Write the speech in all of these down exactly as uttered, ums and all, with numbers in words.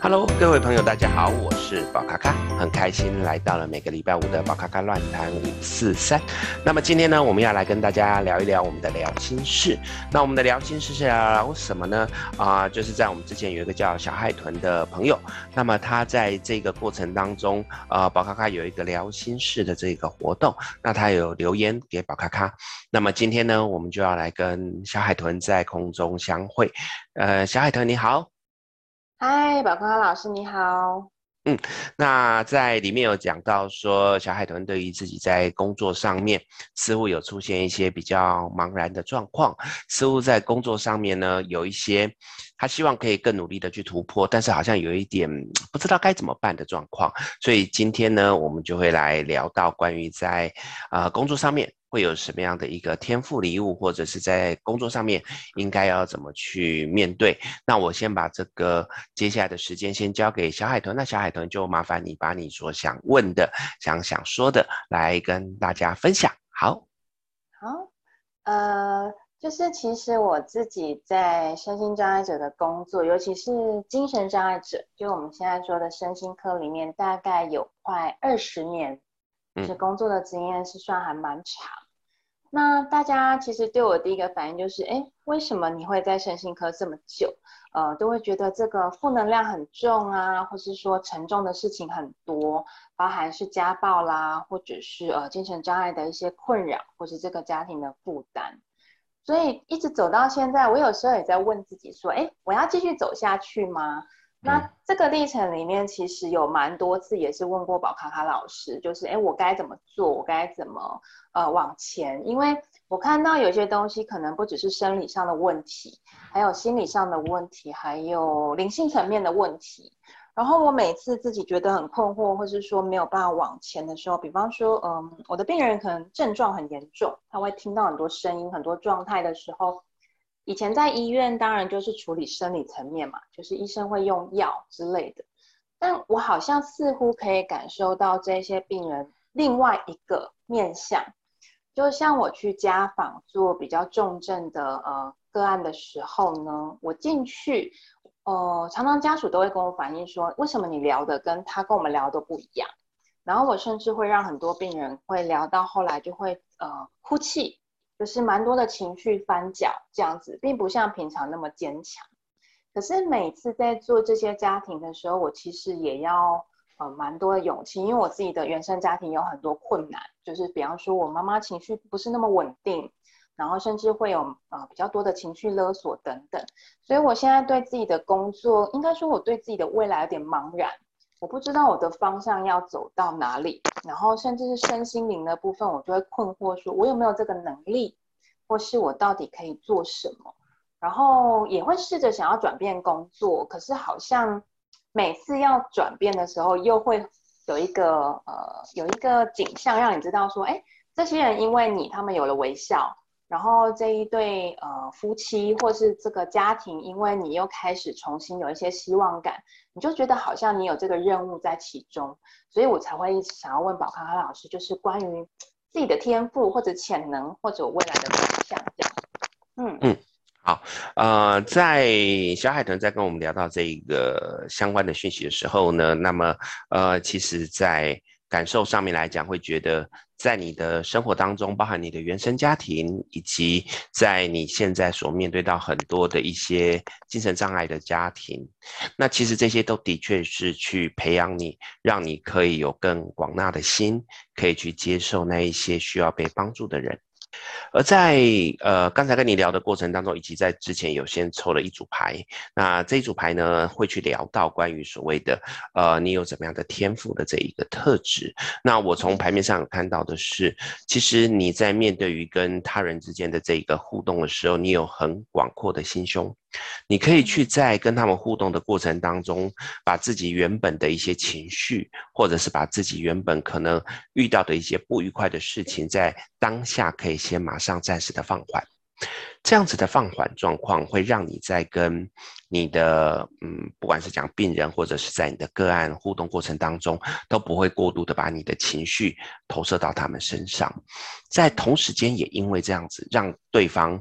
Hello，各位朋友，大家好，我是宝咖咖，很开心来到了每个礼拜五的宝咖咖乱谈五四三。那么今天呢，我们要来跟大家聊一聊我们的聊心事。那我们的聊心事是要聊什么呢？啊、呃，就是在我们之前有一个叫小海豚的朋友，那么他在这个过程当中，呃，宝咖咖有一个聊心事的这个活动，那他有留言给宝咖咖。那么今天呢，我们就要来跟小海豚在空中相会。呃，小海豚你好。 嗨，宝康老师你好。 嗯，那在里面有讲到说，小海豚对于自己在工作上面似乎有出现一些比较茫然的状况，似乎在工作上面呢有一些他希望可以更努力的去突破，但是好像有一点不知道该怎么办的状况。所以今天呢，我们就会来聊到关于在呃工作上面会有什么样的一个天赋礼物，或者是在工作上面应该要怎么去面对。那我先把这个接下来的时间先交给小海豚，那小海豚就麻烦你把你所想问的、想想说的来跟大家分享。好。 好，呃，就是其实我自己在身心障碍者的工作，尤其是精神障碍者，就我们现在说的身心科里面，大概有快二十年，就是嗯。 工作的经验是算还蛮长。那大家其实对我第一个反应就是，哎，为什么你会在身心科这么久？呃，都会觉得这个负能量很重啊，或是说沉重的事情很多，包含是家暴啦，或者是呃精神障碍的一些困扰，或是这个家庭的负担。所以一直走到现在，我有时候也在问自己说，哎，我要继续走下去吗？ 嗯。 那这个历程里面，其实有蛮多次也是问过宝卡卡老师，就是哎，我该怎么做？我该怎么呃往前？因为我看到有些东西可能不只是生理上的问题，还有心理上的问题，还有灵性层面的问题。然后我每次自己觉得很困惑，或是说没有办法往前的时候，比方说，嗯，我的病人可能症状很严重，他会听到很多声音、很多状态的时候，以前在医院当然就是处理生理层面嘛，就是医生会用药之类的。但我好像似乎可以感受到这些病人另外一个面向，就像我去家访做比较重症的呃个案的时候呢，我进去，呃，常常家属都会跟我反映说，为什么你聊的跟他跟我们聊的不一样？然后我甚至会让很多病人会聊到后来就会呃哭泣，就是蛮多的情绪翻搅这样子，并不像平常那么坚强。可是每次在做这些家庭的时候，我其实也要呃蛮多的勇气，因为我自己的原生家庭有很多困难，就是比方说我妈妈情绪不是那么稳定，然后甚至会有呃比较多的情绪勒索等等，所以我现在对自己的工作，应该说我对自己的未来有点茫然，我不知道我的方向要走到哪里，然后甚至是身心灵的部分，我就会困惑说，我有没有这个能力，或是我到底可以做什么？然后也会试着想要转变工作，可是好像每次要转变的时候，又会有一个呃有一个景象让你知道说，哎，这些人因为你他们有了微笑，然后这一对呃夫妻或是这个家庭，因为你又开始重新有一些希望感，你就觉得好像你有这个任务在其中，所以我才会一直想要问宝康康老师，就是关于自己的天赋或者潜能或者未来的方向这样。嗯。 嗯。好。呃，在小海豚在跟我们聊到这个相关的讯息的时候呢，那么呃，其实在感受上面来讲，会觉得在你的生活当中，包含你的原生家庭，以及在你现在所面对到很多的一些精神障碍的家庭，那其实这些都的确是去培养你，让你可以有更广纳的心，可以去接受那一些需要被帮助的人。而在呃刚才跟你聊的过程当中，以及在之前有先抽了一组牌，那这一组牌呢会去聊到关于所谓的呃你有怎么样的天赋的这一个特质。那我从牌面上有看到的是，其实你在面对于跟他人之间的这个互动的时候，你有很广阔的心胸，你可以去在跟他们互动的过程当中，把自己原本的一些情绪，或者是把自己原本可能遇到的一些不愉快的事情，在当下可以先马上暂时的放缓。这样子的放缓状况会让你在跟你的嗯，不管是讲病人或者是在你的个案互动过程当中，都不会过度的把你的情绪投射到他们身上，在同时间也因为这样子让对方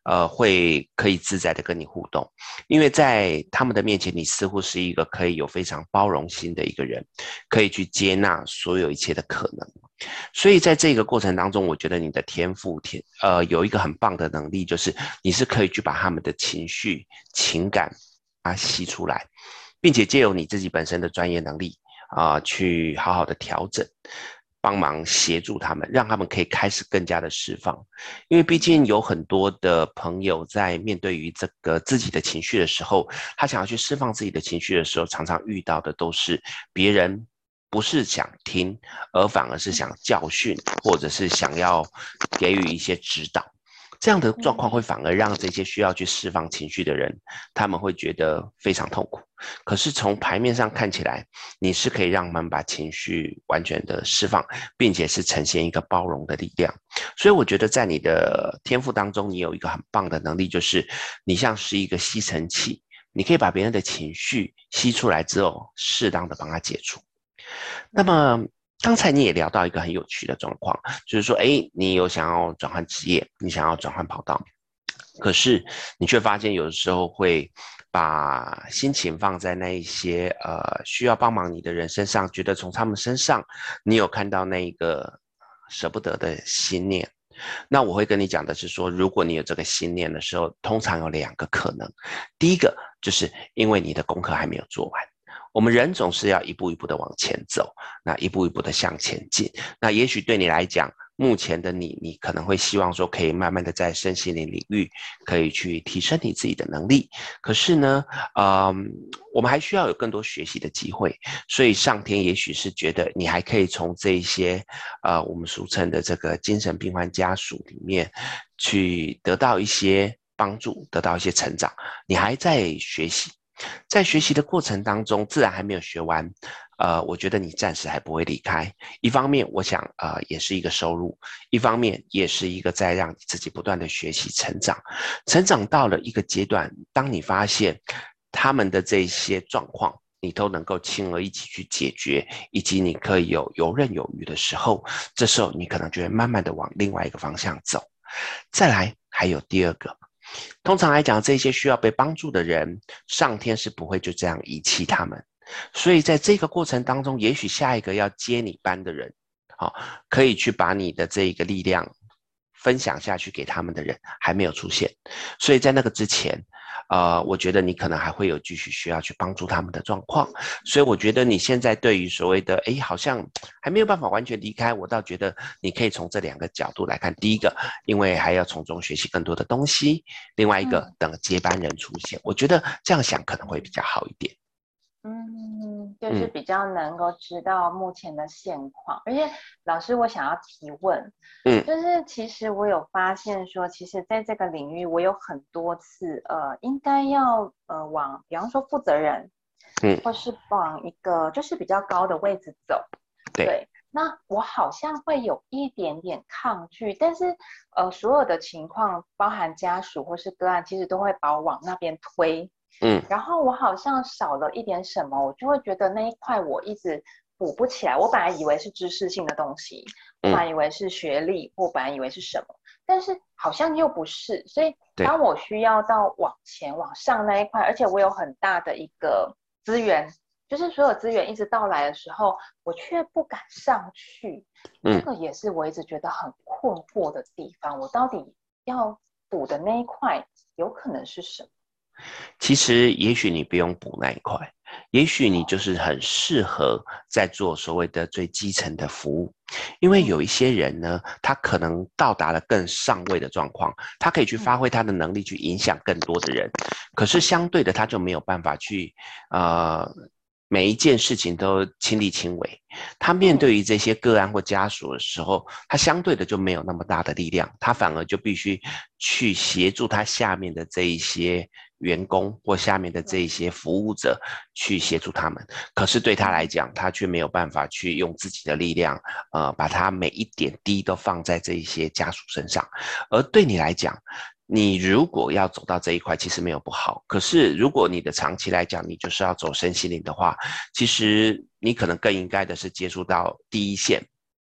呃会可以自在的跟你互动，因为在他们的面前，你似乎是一个可以有非常包容心的一个人，可以去接纳所有一切的可能。所以在这个过程当中，我觉得你的天赋天呃有一个很棒的能力，就是你是可以去把他们的情绪情感啊吸出来，并且借由你自己本身的专业能力啊、呃，去好好的调整，帮忙协助他们，让他们可以开始更加的释放。因为毕竟有很多的朋友在面对于这个自己的情绪的时候，他想要去释放自己的情绪的时候，常常遇到的都是别人不是想听，而反而是想教训，或者是想要给予一些指导。这样的状况会反而让这些需要去释放情绪的人，他们会觉得非常痛苦。可是从牌面上看起来，你是可以让他们把情绪完全的释放，并且是呈现一个包容的力量。所以我觉得在你的天赋当中，你有一个很棒的能力，就是你像是一个吸尘器，你可以把别人的情绪吸出来之后，适当的帮他解除。那么刚才你也聊到一个很有趣的状况，就是说，哎，你有想要转换职业，你想要转换跑道，可是你却发现有的时候会把心情放在那一些呃需要帮忙你的人身上，觉得从他们身上你有看到那一个舍不得的心念。那我会跟你讲的是说，如果你有这个心念的时候，通常有两个可能。第一个就是因为你的功课还没有做完。我们人总是要一步一步的往前走，那一步一步的向前进。那也许对你来讲，目前的你，你可能会希望说，可以慢慢的在身心灵领域，可以去提升你自己的能力。可是呢，嗯，我们还需要有更多学习的机会。所以上天也许是觉得你还可以从这一些，呃，我们俗称的这个精神病患家属里面，去得到一些帮助，得到一些成长。你还在学习。在学习的过程当中，自然还没有学完，呃，我觉得你暂时还不会离开。一方面，我想，呃，也是一个收入；一方面，也是一个在让你自己不断的学习成长。成长到了一个阶段，当你发现他们的这些状况，你都能够轻而易举去解决，以及你可以有游刃有余的时候，这时候你可能就会慢慢的往另外一个方向走。再来，还有第二个。通常来讲，这些需要被帮助的人，上天是不会就这样遗弃他们。所以在这个过程当中，也许下一个要接你班的人，好、哦，可以去把你的这个力量分享下去给他们的人还没有出现。所以在那个之前，呃，我觉得你可能还会有继续需要去帮助他们的状况。所以我觉得你现在对于所谓的，哎，好像还没有办法完全离开，我倒觉得你可以从这两个角度来看。第一个，因为还要从中学习更多的东西；另外一个，等接班人出现，我觉得这样想可能会比较好一点。 嗯，就是比较能够知道目前的现况。而且老师，我想要提问，嗯，就是其实我有发现说，其实在这个领域，我有很多次，呃，应该要呃往，比方说负责人，嗯，或是往一个就是比较高的位置走，对。对，那我好像会有一点点抗拒，但是呃，所有的情况，包含家属或是个案，其实都会把我往那边推。嗯，然后我好像少了一点什么，我就会觉得那一块我一直补不起来。我本来以为是知识性的东西，我本来以为是学历，或本来以为是什么，但是好像又不是。所以当我需要到往前往上那一块，而且我有很大的一个资源，就是所有资源一直到来的时候，我却不敢上去。这个也是我一直觉得很困惑的地方。我到底要补的那一块，有可能是什么？ 其实也许你不用补那一块，也许你就是很适合在做所谓的最基层的服务。因为有一些人呢，他可能到达了更上位的状况，他可以去发挥他的能力去影响更多的人，可是相对的他就没有办法去呃每一件事情都亲力亲为。他面对于这些个案或家属的时候，他相对的就没有那么大的力量，他反而就必须去协助他下面的这一些员工或下面的这一些服务者去协助他们。可是对他来讲，他却没有办法去用自己的力量，呃，把他每一点滴都放在这一些家属身上。而对你来讲，你如果要走到这一块，其实没有不好。可是如果你的长期来讲，你就是要走身心灵的话，其实你可能更应该的是接触到第一线，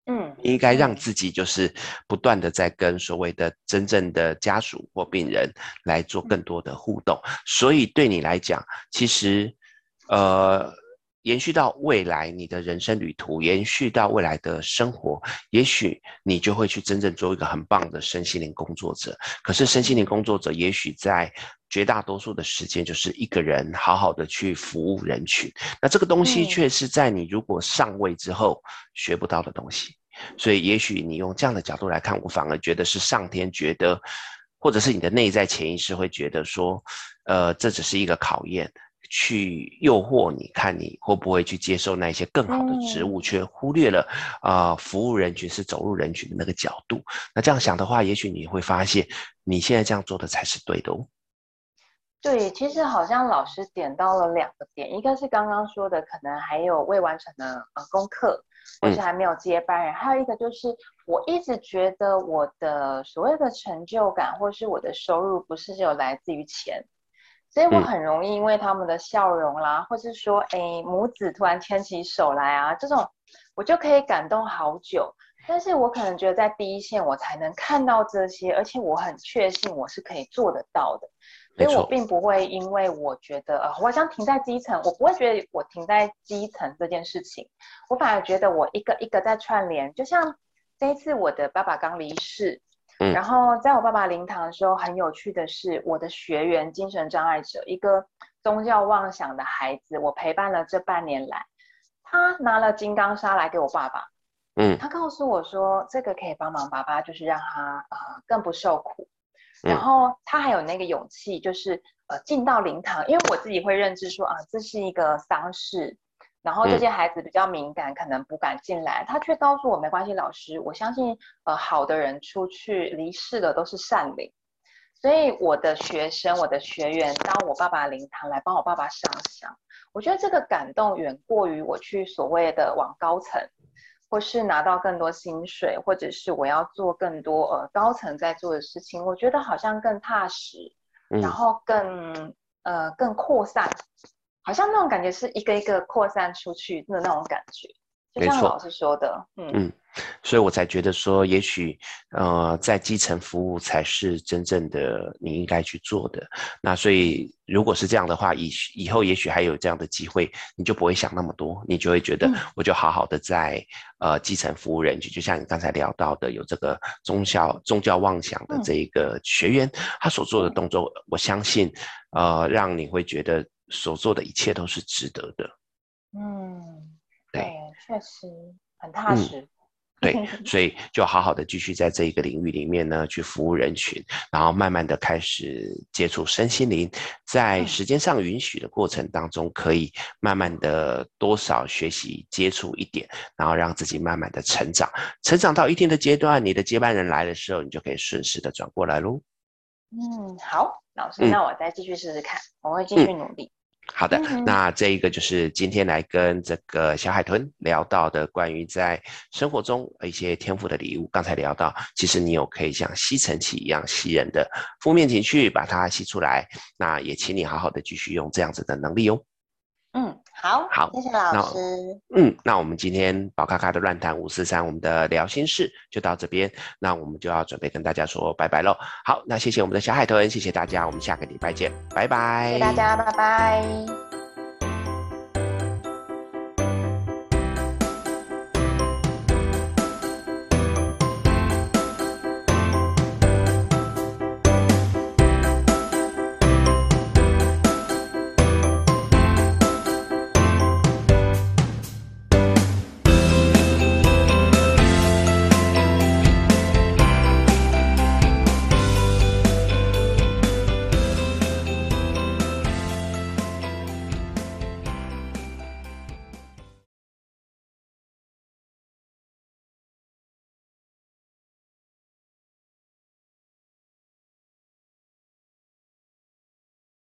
嗯， 你应该让自己就是不断的在跟所谓的真正的家属或病人来做更多的互动，所以对你来讲，其实，呃，延续到未来你的人生旅途，延续到未来的生活，也许你就会去真正做一个很棒的身心灵工作者。可是身心灵工作者，也许在绝大多数的时间就是一个人好好的去服务人群，那这个东西却是在你如果上位之后学不到的东西。所以也许你用这样的角度来看，我反而觉得是上天觉得，或者是你的内在潜意识会觉得说，呃，这只是一个考验，去诱惑你，看你会不会去接受那些更好的职务，却忽略了啊、呃、服务人群是走入人群的那个角度。那这样想的话，也许你会发现你现在这样做的才是对的哦。 对，其实好像老师点到了两个点，一个是刚刚说的，可能还有未完成的呃功课，或是还没有接班人，嗯、还有一个就是我一直觉得我的所谓的成就感，或是我的收入，不是只有来自于钱，所以我很容易因为他们的笑容啦，或是说，哎，母子突然牵起手来啊，这种我就可以感动好久。但是我可能觉得在第一线我才能看到这些，而且我很确信我是可以做得到的。所以我并不会因为我觉得呃，我想停在基层，我不会觉得我停在基层这件事情，我反而觉得我一个一个在串联。就像这一次我的爸爸刚离世，嗯、然后在我爸爸灵堂的时候，很有趣的是，我的学员精神障碍者，一个宗教妄想的孩子，我陪伴了这半年来，他拿了金刚砂来给我爸爸，嗯，他告诉我说，这个可以帮忙爸爸，就是让他呃更不受苦。然后他还有那个勇气，就是呃进到灵堂，因为我自己会认知说啊，这是一个丧事，然后这些孩子比较敏感，可能不敢进来，他却告诉我没关系，老师，我相信呃好的人出去离世的都是善灵，所以我的学生、我的学员到我爸爸灵堂来帮我爸爸上香，我觉得这个感动远过于我去所谓的往高层。或是拿到更多薪水，或者是我要做更多呃高层在做的事情，我觉得好像更踏实，嗯、然后更呃更扩散，好像那种感觉是一个一个扩散出去的那种感觉，就像老师说的，嗯嗯， 所以我才觉得说，也许呃在基层服务才是真正的你应该去做的。那所以如果是这样的话，以以后也许还有这样的机会，你就不会想那么多，你就会觉得我就好好的在呃基层服务人群，就像你刚才聊到的，有这个宗教宗教妄想的这一个学员，他所做的动作，我相信呃让你会觉得所做的一切都是值得的。 嗯，对，确实很踏实。嗯对，所以就好好的继续在这一个领域里面呢，去服务人群，然后慢慢的开始接触身心灵，在时间上允许的过程当中，可以慢慢的多少学习接触一点，然后让自己慢慢的成长，成长到一定的阶段，你的接班人来的时候，你就可以顺势的转过来咯。 嗯，好，老师，嗯、那我再继续试试看，我会继续努力。嗯好的，嗯、那这一个就是今天来跟这个小海豚聊到的关于在生活中一些天赋的礼物。刚才聊到，其实你有可以像吸尘器一样吸人的负面情绪，把它吸出来。那也请你好好的继续用这样子的能力哦。 嗯，好， 好， 谢谢老师。 嗯，那我们今天宝咖咖的乱谈五四三，我们的聊心事就到这边，那我们就要准备跟大家说拜拜喽。好，那谢谢我们的小海豚，谢谢大家，我们下个礼拜见，拜拜。 谢谢大家，拜拜。